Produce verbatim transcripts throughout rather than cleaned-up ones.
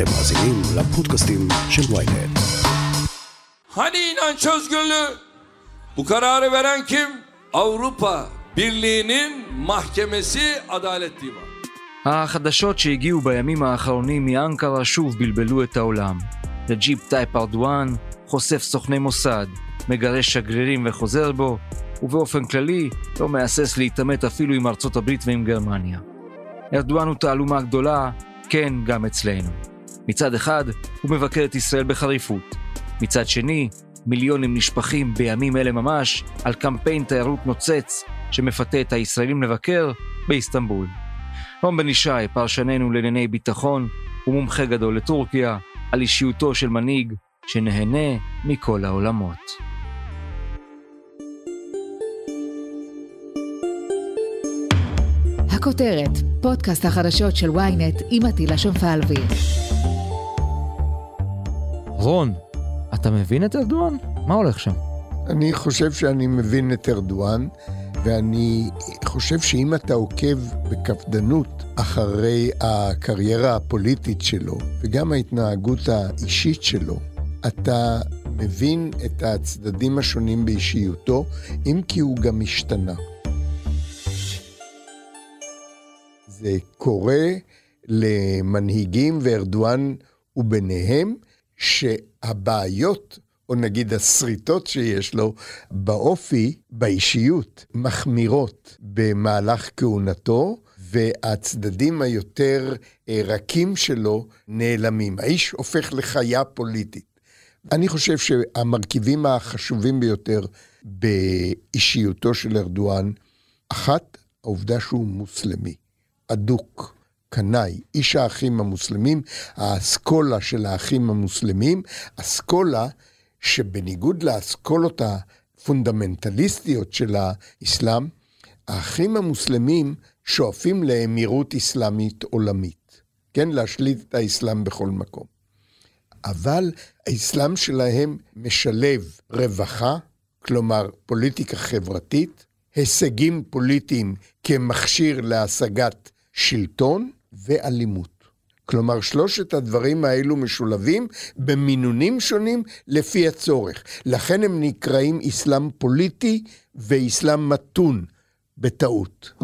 אתם מאזינים לפודקאסטים של וויינט. Hani inanç özgürlüğü? Bu kararı veren kim? Avrupa Birliği'nin mahkemesi Adalet Divanı. החדשות שהגיעו בימים האחרונים מאנקרה שוב בלבלו את העולם. רג'יפ טייפ ארדואן חושף סוכני מוסד, מגרש שגרירים וחוזר בו, ובאופן כללי לא מאסס להתעמת אפילו עם ארצות הברית ועם גרמניה. ארדואן הוא תעלומה גדולה, כן, גם אצלנו. מצד אחד, הוא מבקר את ישראל בחריפות. מצד שני, מיליונים נשפכים בימים אלה ממש על קמפיין תיירות נוצץ שמפתה את הישראלים לבקר באיסטנבול. רום בן ישי, פרשננו לענייני ביטחון ומומחה גדול לטורקיה, על אישיותו של מנהיג שנהנה מכל העולמות. הכותרת, פודקאסט החדשות של וויינט עם עטילה שומפלבי. רון, אתה מבין את ארדואן? מה הולך שם? אני חושב שאני מבין את ארדואן, ואני חושב שאם אתה עוקב בקפדנות אחרי הקריירה הפוליטית שלו, וגם ההתנהגות האישית שלו, אתה מבין את הצדדים השונים באישיותו, אם כי הוא גם השתנה. זה קורה למנהיגים, וארדואן הוא ביניהם, שהבעיות, או נגיד הסריטות שיש לו באופי, באישיות, מחמירות במהלך כהונתו, והצדדים היותר רכים שלו נעלמים. האיש הופך לחיה פוליטית. אני חושב שהמרכיבים החשובים ביותר באישיותו של ארדואן, אחת, העובדה שהוא מוסלמי, אדוק, קנאי, איש האחים המוסלמים, האסכולה של האחים המוסלמים, אסכולה שבניגוד לאסכולות הפונדמנטליסטיות של האסלאם, האחים המוסלמים שואפים לאמירות אסלאמית עולמית, כן, להשליט את האסלאם בכל מקום. אבל האסלאם שלהם משלב רווחה, כלומר פוליטיקה חברתית, הישגים פוליטיים כמכשיר להשגת שלטון ואלימות. כלומר, שלושת הדברים האלו משולבים במינונים שונים לפי הצורך. לכן הם נקראים אסלאם פוליטי ואסלאם מתון בטעות.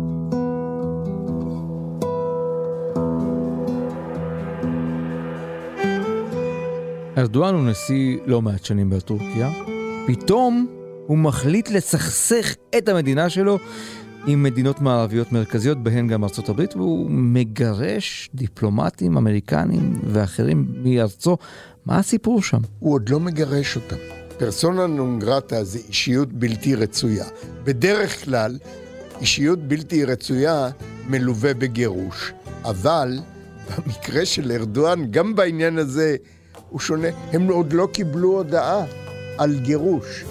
ארדואן הוא נשיא לא מעט שנים בטורקיה. פתאום הוא מחליט לסכסך את המדינה שלו עם מדינות מערביות מרכזיות, בהן גם ארצות הברית, והוא מגרש דיפלומטים אמריקנים ואחרים מארצו. מה הסיפור שם? הוא עוד לא מגרש אותם. פרסונה נון גרטה זה אישיות בלתי רצויה. בדרך כלל, אישיות בלתי רצויה מלווה בגירוש. אבל במקרה של ארדואן, גם בעניין הזה הוא שונה. הם עוד לא קיבלו הודעה על גירוש.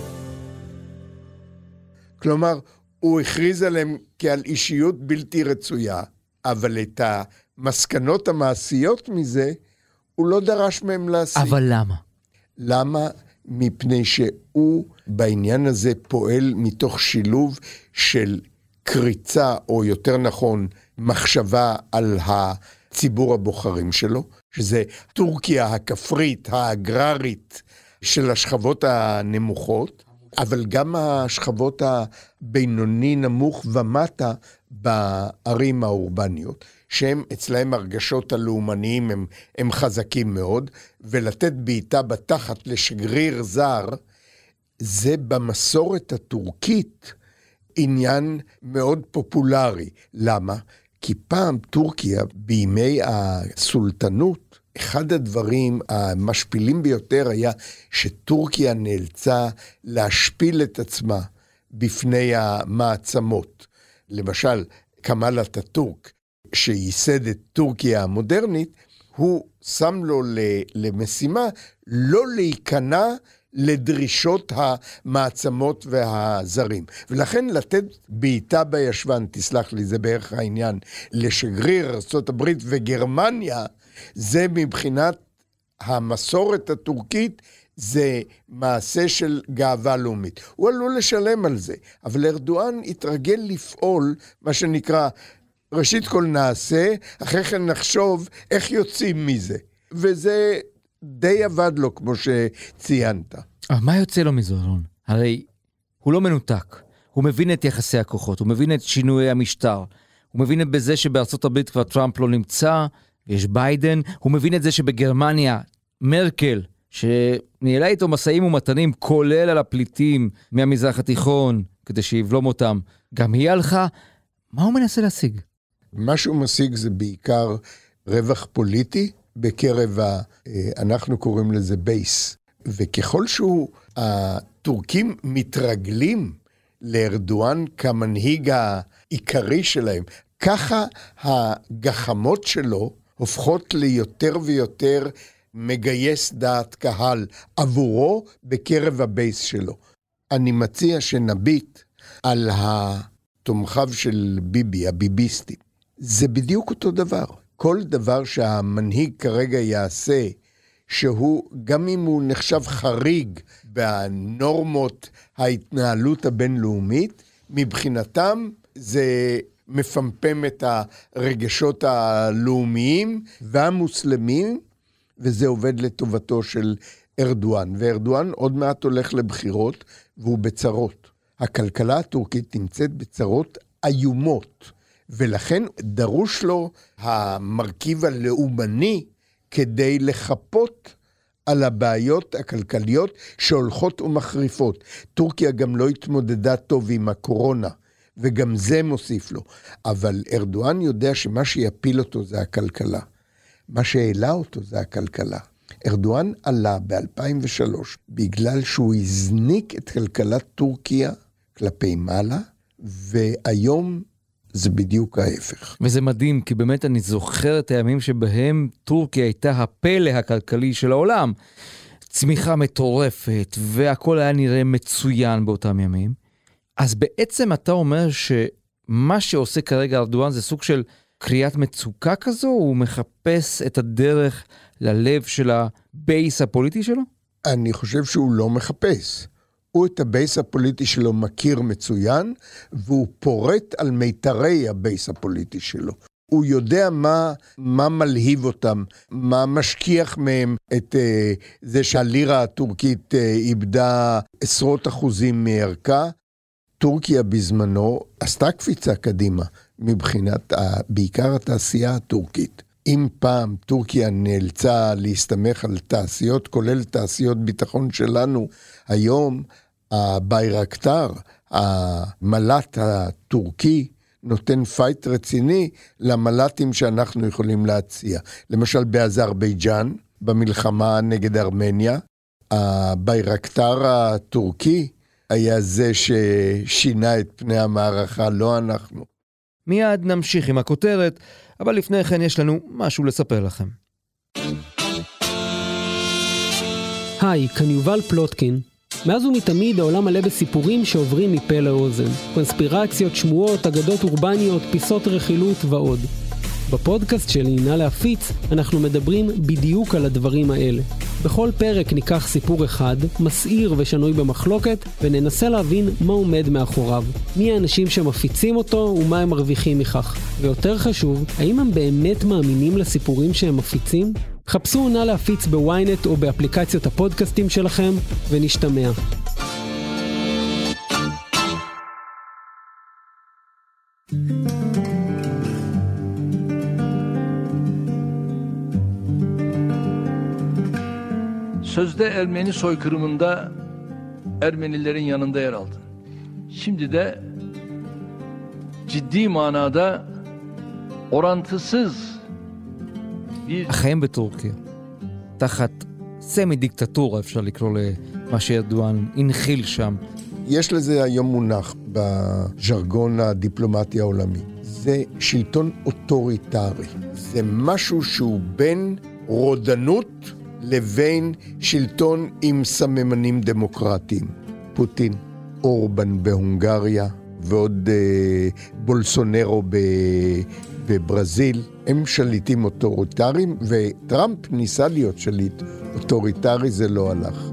כלומר, הוא הכריז עליהם כעל אישיות בלתי רצויה, אבל את המסקנות המעשיות מזה, הוא לא דרש מהם להשיג. אבל למה? למה? מפני שהוא בעניין הזה פועל מתוך שילוב של קריצה, או יותר נכון, מחשבה על הציבור הבוחרים שלו, שזה טורקיה הכפרית, האגררית של השכבות הנמוכות, אבל גם השכבות הבינוני נמוך ומטה בערים האורבניות, שהם אצלהם הרגשות הלאומניים הם, הם חזקים מאוד, ולתת בעיטה בתחת לשגריר זר, זה במסורת הטורקית עניין מאוד פופולרי. למה? כי פעם טורקיה בימי הסולטנות, אחד הדברים המשפילים ביותר היה שטורקיה נאלצה להשפיל את עצמה בפני המעצמות. למשל, כמאל אטאטורק, שייסד את טורקיה המודרנית, הוא שם לו למשימה לא להיכנע לדרישות המעצמות והזרים. ולכן לתת בעיטה בישבן, תסלח לי, זה בערך העניין, לשגריר ארצות הברית וגרמניה, זה מבחינת המסורת הטורקית, זה מעשה של גאווה לאומית. הוא עלול לשלם על זה, אבל ארדואן התרגל לפעול, מה שנקרא, ראשית כל נעשה, אחרי כן נחשוב איך יוצאים מזה. וזה די עבד לו, כמו שציינת. אבל מה יוצא לו מזה, אלון? הרי הוא לא מנותק. הוא מבין את יחסי הכוחות, הוא מבין את שינויי המשטר. הוא מבין את בזה שבארצות הברית כבר טראמפ לא נמצא, ויש ביידן. הוא מבין את זה שבגרמניה, מרקל, שניהלה איתו מסעים ומתנים, כולל על הפליטים מהמזרח התיכון, כדי שיבלום אותם, גם היא הלכה. מה הוא מנסה להשיג? מה שהוא משיג זה בעיקר רווח פוליטי, בקרב, ה, אנחנו קוראים לזה בייס. וככל שהוא, הטורקים מתרגלים לארדואן כמנהיג העיקרי שלהם, ככה הגחמות שלו הופכות ליותר ויותר מגייס דעת קהל עבורו בקרב הבייס שלו. אני מציע שנביט על התומכיו של ביבי, הביביסטים. זה בדיוק אותו דבר. כל דבר שהמנהיג כרגע יעשה, שהוא, גם אם הוא נחשב חריג בנורמות ההתנהלות הבינלאומית, מבחינתם זה מפמפם את הרגשות הלאומיים והמוסלמים, וזה עובד לטובתו של ארדואן. וארדואן עוד מעט הולך לבחירות, והוא בצרות. הכלכלה הטורקית נמצאת בצרות איומות, ולכן דרוש לו המרכיב הלאומני כדי לחפות על הבעיות הכלכליות שהולכות ומחריפות. טורקיה גם לא התמודדה טוב עם הקורונה, וגם זה מוסיף לו. אבל ארדואן יודע שמה שיפיל אותו זה הכלכלה. מה שהעלה אותו זה הכלכלה. ארדואן עלה ב-אלפיים ושלוש בגלל שהוא הזניק את כלכלת טורקיה כלפי מעלה, והיום זה בדיוק ההפך. וזה מדהים, כי באמת אני זוכר את הימים שבהם טורקיה הייתה הפלא הכלכלי של העולם. צמיחה מטורפת, והכל היה נראה מצוין באותם ימים. אז בעצם אתה אומר שמה שעושה כרגע ארדואן זה סוג של קריאת מצוקה כזו, הוא מחפש את הדרך ללב של הבייס הפוליטי שלו? אני חושב שהוא לא מחפש. הוא את הבייס הפוליטי שלו מכיר מצוין, והוא פורט על מיתרי הבייס הפוליטי שלו. הוא יודע מה, מה מלהיב אותם, מה משכיח מהם את uh, זה שהלירה הטורקית uh, איבדה עשרות אחוזים מערכה. טורקיה בזמנו עשתה קפיצה קדימה, מבחינת ה, בעיקר התעשייה הטורקית. אם פעם טורקיה נאלצה להסתמך על תעשיות, כולל תעשיות ביטחון שלנו, היום הביירקטר, המל"ט הטורקי, נותן פייט רציני למל"טים שאנחנו יכולים להציע. למשל באזרבייג'אן, במלחמה נגד ארמניה, הביירקטר הטורקי היה זה ששינה את פני המערכה, לא אנחנו. מיד נמשיך עם הכותרת, אבל לפני כן יש לנו משהו לספר לכם. היי, כאן יובל פלוטקין. מאז ומתמיד העולם מלא בסיפורים שעוברים מפה לאוזן. קונספירציות, שמועות, אגדות אורבניות, פיסות רכילות ועוד. בפודקאסט שלי, נא להפיץ, אנחנו מדברים בדיוק על הדברים האלה. בכל פרק ניקח סיפור אחד, מסעיר ושנוי במחלוקת, וננסה להבין מה עומד מאחוריו. מי האנשים שמפיצים אותו ומה הם מרוויחים מכך. ויותר חשוב, האם הם באמת מאמינים לסיפורים שהם מפיצים? חפשו נא להפיץ בוויינט או באפליקציות הפודקאסטים שלכם, ונשתמע. Sözde Ermeni soykırımında Ermenilerin yanında yer aldın. Şimdi de ciddi manada orantısız bir... החיים בטורקיה, תחת סמי דיקטטורה, אפשר לקרוא למה שארדואן הנחיל שם. יש לזה היום מונח בז'רגון הדיפלומטי העולמי. זה שלטון אוטוריטרי. זה משהו שהוא בין רודנות לבין שלטון עם סממנים דמוקרטיים. פוטין, אורבן בהונגריה, ועוד אה, בולסונרו ב, בברזיל, הם שליטים אוטוריטריים, וטראמפ ניסה להיות שליט אוטוריטרי, זה לא הלך.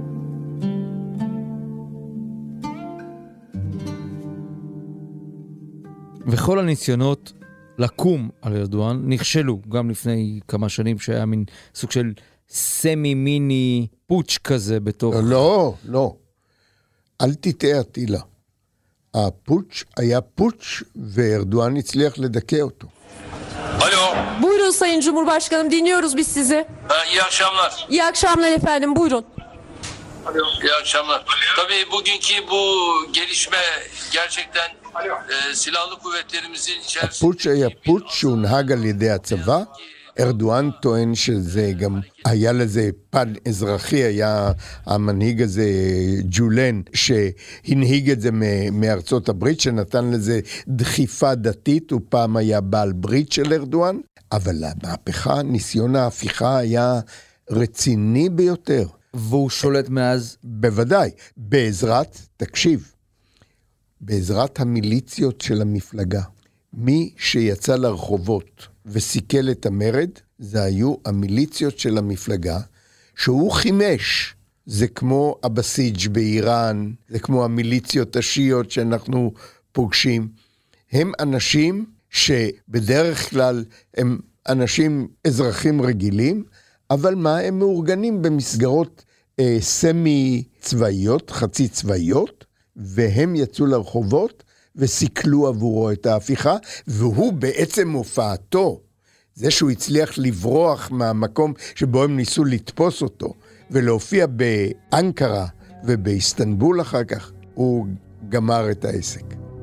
וכל הניסיונות לקום על ארדואן, נכשלו גם לפני כמה שנים שהיה מין סוג של סמי מיני פוטש כזה בתוך... לא, לא. אל תטעה עטילה. הפוטש היה פוטש וארדואן הצליח לדכא אותו. Alo. Buyurun Sayın Cumhurbaşkanım, dinliyoruz biz sizi. Ha, iyi akşamlar. İyi akşamlar efendim, buyurun. Alo. İyi akşamlar. Tabii bugünkü bu gelişme gerçekten e, silahlı kuvvetlerimizin içerisinde... הפוטש היה פוטש שהונהג על ידי הצבא. ארדואן טוען שזה גם היה לזה פן אזרחי, היה המנהיג הזה ג'ולן שהנהיג את זה מארצות הברית, שנתן לזה דחיפה דתית, הוא פעם היה בעל ברית של ארדואן, אבל המהפכה, ניסיון ההפיכה היה רציני ביותר. והוא שולט מאז? בוודאי, בעזרת, תקשיב, בעזרת המיליציות של המפלגה. מי שיצא לרחובות וסיכל את המרד, זה היו המיליציות של המפלגה, שהוא חימש. זה כמו הבסיג' באיראן, זה כמו המיליציות השיעיות שאנחנו פוגשים. הם אנשים שבדרך כלל הם אנשים אזרחים רגילים, אבל מה, הם מאורגנים במסגרות אה, סמי צבאיות, חצי צבאיות, והם יצאו לרחובות, וסיכלו עבורו את ההפיכה, והוא בעצם הופעתו, זה שהוא הצליח לברוח מהמקום שבו הם ניסו לתפוס אותו, ולהופיע באנקרה ובאיסטנבול אחר כך, הוא גמר את העסק.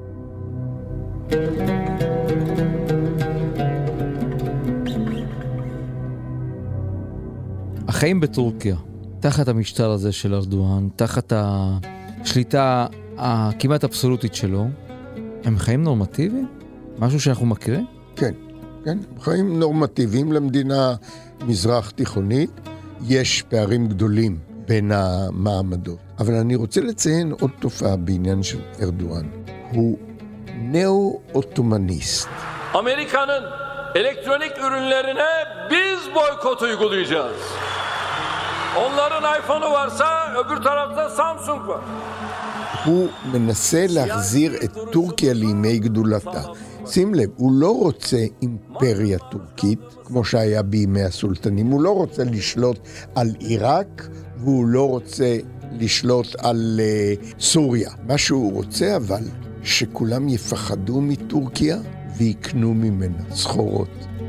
החיים בטורקיה, תחת המשטר הזה של ארדואן, תחת השליטה הכמעט אבסולוטית שלו, הם חיים נורמטיביים? משהו שאנחנו מכירים? כן, כן. חיים נורמטיביים למדינה מזרח תיכונית. יש פערים גדולים בין המעמדות. אבל אני רוצה leciyen עוד תופעה בעניין של ארדואן. הוא neo-ottomanist. Amerika'nın elektronik ürünlerine biz boykot uygulayacağız. Onların iPhone'u varsa öbür tarafta Samsung var. הוא מנסה להחזיר את טורקיה לימי גדולתה. שים לב, הוא לא רוצה אימפריה טורקית, כמו שהיה בימי הסולטנים. הוא לא רוצה לשלוט על עיראק, והוא לא רוצה לשלוט על uh, סוריה. מה שהוא רוצה אבל, שכולם יפחדו מטורקיה ויקנו ממנה סחורות.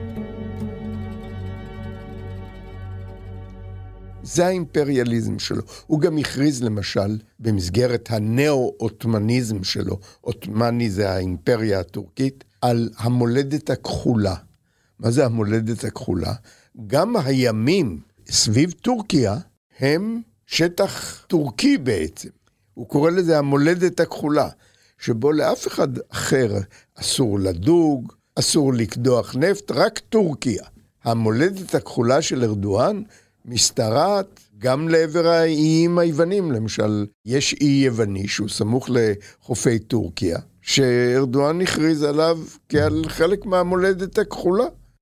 זה האימפריאליזם שלו. הוא גם הכריז למשל במסגרת הנאו-אוטמניזם שלו, אוטמני זה האימפריה הטורקית, על המולדת הכחולה. מה זה המולדת הכחולה? גם הימים סביב טורקיה הם שטח טורקי בעצם. הוא קורא לזה המולדת הכחולה, שבו לאף אחד אחר אסור לדוג, אסור לקדוח נפט, רק טורקיה. המולדת הכחולה של ארדואן מסתרעת גם לעבר האיים היוונים. למשל, יש אי יווני שהוא סמוך לחופי טורקיה, שארדואן הכריז עליו כעל חלק מהמולדת הכחולה.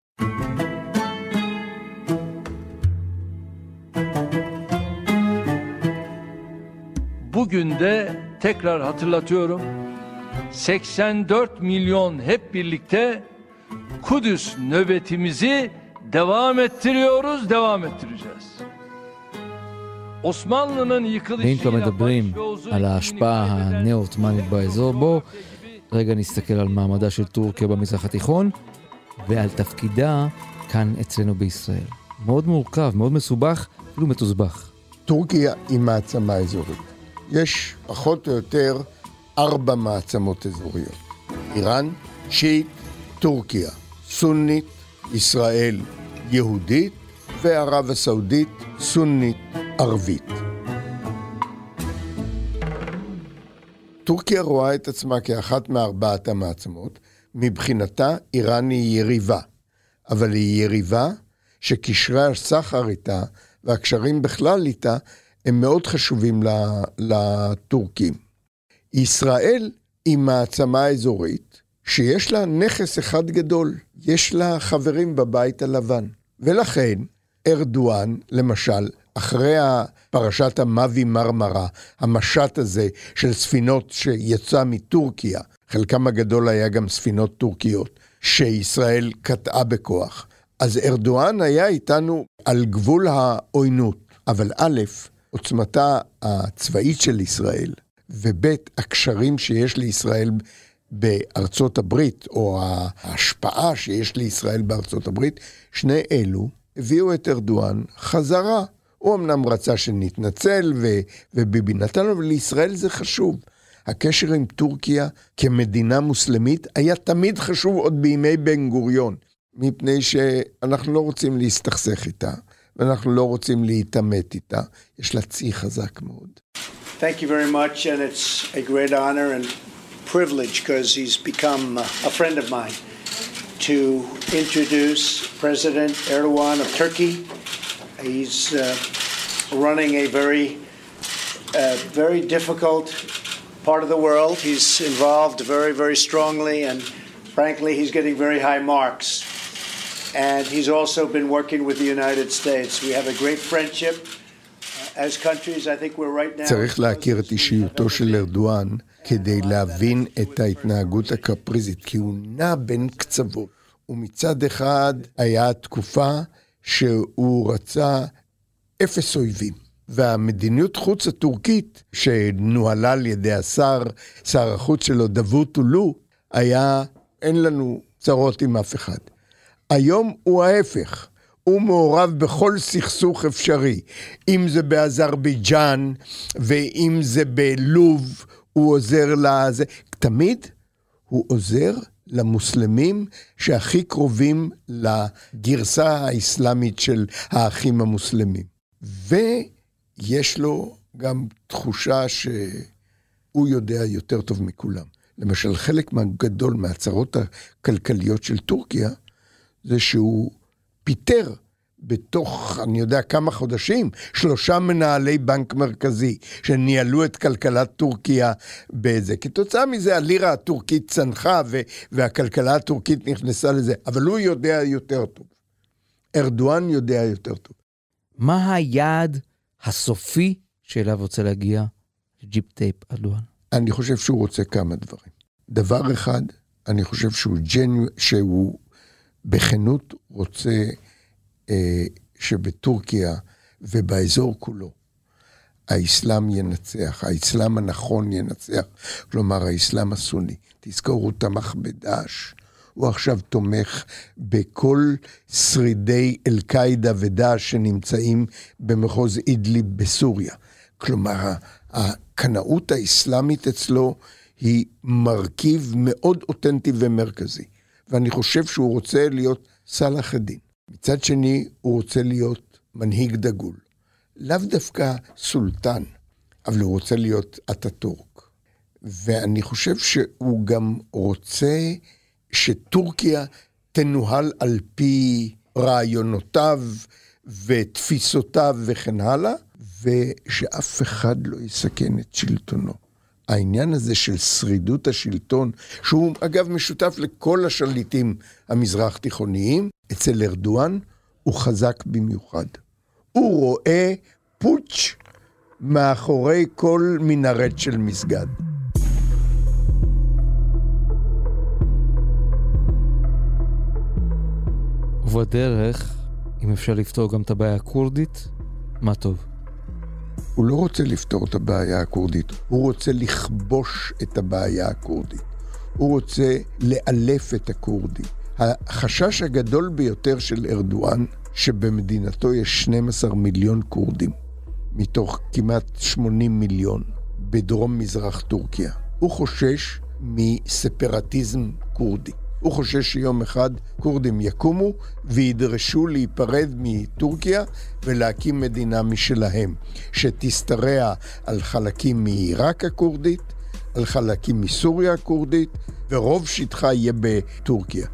Bugün de tekrar hatırlatıyorum. seksen dört milyon hep birlikte Kudüs nöbetimizi devam ettiriyoruz, devam ettireceğiz. Osmanlı'nın ואם כבר yıkılışıyla מדברים על ההשפעה הנאו-עות'מאנית באזור, בו רגע נסתכל על מעמדה של טורקיה במזרח התיכון ועל תפקידה כאן אצלנו בישראל. מאוד מורכב, מאוד מסובך, אפילו מתוסבך. טורקיה היא מעצמה אזורית. יש פחות או יותר ארבע מעצמות אזוריות. איראן, שיעית, טורקיה, סונית, ישראל, יהודית, וערב הסעודית, סונית, ערבית. טורקיה רואה את עצמה כאחת מארבעת המעצמות, מבחינתה איראן היא יריבה, אבל היא יריבה שקשרי הסחר איתה והקשרים בכלל איתה הם מאוד חשובים לטורקים. ישראל היא מעצמה אזורית שיש לה נכס אחד גדול, יש לה חברים בבית הלבן, ולכן ארדואן למשל, אחרי פרשת המאבי מרמרה, המשט הזה של ספינות שיצא מטורקיה, חלקם הגדול היה גם ספינות טורקיות, שישראל קטעה בכוח. אז ארדואן היה איתנו על גבול העוינות, אבל א', עוצמתה הצבאית של ישראל, וב', הקשרים שיש לישראל בארצות הברית, או ההשפעה שיש לישראל בארצות הברית, שני אלו הביאו את ארדואן חזרה. הוא אמנם רצה שנתנצל ו- וביבי נתן, אבל לישראל זה חשוב. הקשר עם טורקיה כמדינה מוסלמית היה תמיד חשוב עוד בימי בן גוריון, מפני שאנחנו לא רוצים להסתכסך איתה, ואנחנו לא רוצים להתעמת איתה. יש לה צי חזק מאוד. Thank you very much, and it's a great honor and privilege, because he's become a friend of mine, to introduce President Erdogan of Turkey. He's uh, running a very, uh, very difficult part of the world. He's involved very, very strongly, and frankly, he's getting very high marks. And he's also been working with the United States. We have a great friendship. As countries, I think we're right now... צריך להכיר את אישיותו של ארדואן כדי להבין את ההתנהגות הקפריזית, כי הוא נע בין קצוות. ומצד אחד היה תקופה שהוא רצה אפס אויבים. והמדיניות חוץ הטורקית, שנוהלה על ידי השר, שר החוץ שלו, דאבוטאולו, היה, אין לנו צרות עם אף אחד. היום הוא ההפך. הוא מעורב בכל סכסוך אפשרי. אם זה באזרבייג'אן, ואם זה בלוב, הוא עוזר לזה. תמיד הוא עוזר למוסלמים שהכי קרובים לגרסה האסלאמית של האחים המוסלמים. ויש לו גם תחושה שהוא יודע יותר טוב מכולם. למשל, חלק מהגדול מהצרות הכלכליות של טורקיה, זה שהוא פיטר בתוך, אני יודע כמה חודשים, שלושה מנהלי בנק מרכזי, שניהלו את כלכלת טורקיה בזה. כתוצאה מזה, הלירה הטורקית צנחה, והכלכלה הטורקית נכנסה לזה, אבל הוא יודע יותר טוב. ארדואן יודע יותר טוב. מה היעד הסופי שאליו רוצה להגיע ג'יפ טייפ ארדואן? אני חושב שהוא רוצה כמה דברים. דבר אחד, אני חושב שהוא ג'נו, שהוא בכנות רוצה אה, שבטורקיה ובאזור כולו, האסלאם ינצח, האסלאם הנכון ינצח, כלומר האסלאם הסוני. תזכור, הוא תמך בדאעש, הוא עכשיו תומך בכל שרידי אל-קאידה ודאעש שנמצאים במחוז אידליב בסוריה. כלומר, הקנאות האסלאמית אצלו היא מרכיב מאוד אותנטי ומרכזי. ואני חושב שהוא רוצה להיות סלאח א-דין. מצד שני, הוא רוצה להיות מנהיג דגול. לאו דווקא סולטן, אבל הוא רוצה להיות אטאטורק. ואני חושב שהוא גם רוצה שטורקיה תנוהל על פי רעיונותיו ותפיסותיו וכן הלאה, ושאף אחד לא יסכן את שלטונו. העניין הזה של שרידות השלטון, שהוא אגב משותף לכל השליטים המזרח תיכוניים, אצל ארדואן הוא חזק במיוחד. הוא רואה פוטש מאחורי כל מנהרת של מסגד. ובדרך, אם אפשר לפתור גם את הבעיה הקורדית, מה טוב. הוא לא רוצה לפתור את הבעיה הקורדית, הוא רוצה לכבוש את הבעיה הקורדית. הוא רוצה לאלף את הקורדים. החשש הגדול ביותר של ארדואן, שבמדינתו יש שנים עשר מיליון קורדים, מתוך כמעט שמונים מיליון, בדרום מזרח טורקיה. הוא חושש מספרטיזם קורדי. הוא חושש שיום אחד קורדים יקומו וידרשו להיפרד מטורקיה ולהקים מדינה משלהם, שתסתרע על חלקים מעיראק הקורדית, על חלקים מסוריה הקורדית, ורוב שטחה יהיה בטורקיה.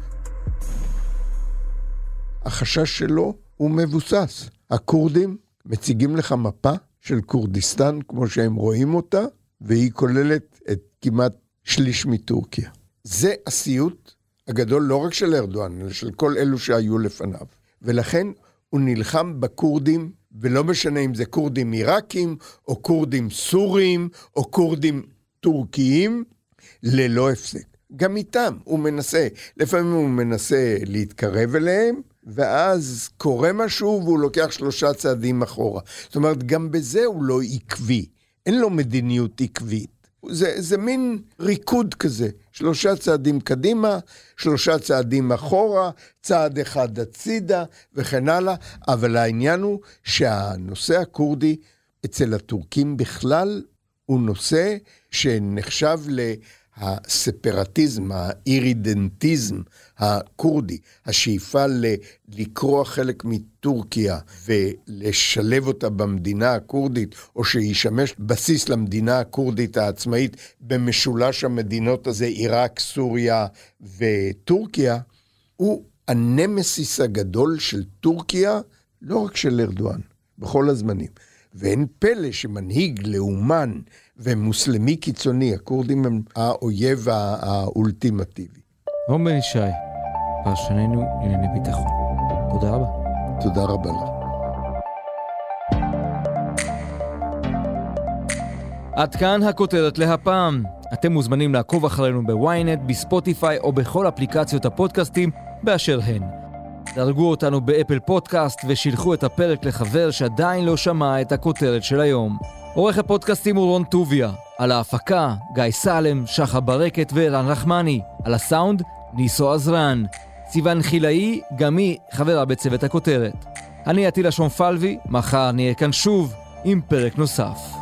החשש שלו הוא מבוסס. הקורדים מציגים לך מפה של קורדיסטן כמו שהם רואים אותה, והיא כוללת את כמעט שליש מטורקיה. זה הסיוט הגדול לא רק של ארדואן, אלא של כל אלו שהיו לפניו. ולכן הוא נלחם בקורדים, ולא משנה אם זה קורדים עיראקים, או קורדים סוריים, או קורדים טורקיים, ללא הפסק. גם איתם הוא מנסה. לפעמים הוא מנסה להתקרב אליהם, ואז קורה משהו והוא לוקח שלושה צעדים אחורה. זאת אומרת, גם בזה הוא לא עקבי. אין לו מדיניות עקבית. זה, זה מין ריקוד כזה. שלושה צעדים קדימה, שלושה צעדים אחורה, צעד אחד הצידה וכן הלאה. אבל העניין הוא שהנושא הקורדי אצל הטורקים בכלל הוא נושא שנחשב להספרטיזם, האירידנטיזם הקורדי, השאיפה לקרוא חלק מטורקיה ולשלב אותה במדינה הקורדית, או שישמש בסיס למדינה הקורדית העצמאית במשולש המדינות הזה, עיראק, סוריה וטורקיה, הוא הנמסיס הגדול של טורקיה, לא רק של ארדואן, בכל הזמנים. ואין פלא שמנהיג לאומן ומוסלמי קיצוני, הקורדים הם האויב האולטימטיבי. רום בן ישי, פרשננו לענייני ביטחון. תודה רבה. תודה רבה לך. עד כאן הכותרת להפעם. אתם מוזמנים לעקוב אחרינו בוויינט, בספוטיפיי או בכל אפליקציות הפודקאסטים באשר הן. דרגו אותנו באפל פודקאסט ושילחו את הפרק לחבר שעדיין לא שמע את הכותרת של היום. עורך הפודקאסטים הוא רון טוביה, על ההפקה גיא סלם, שחה ברקת ורן רחמני, על הסאונד ניסו עזרן, סיוון חילאי, גם היא חברה בצוות הכותרת. אני עטילה שומפלבי, מחר נהיה כאן שוב עם פרק נוסף.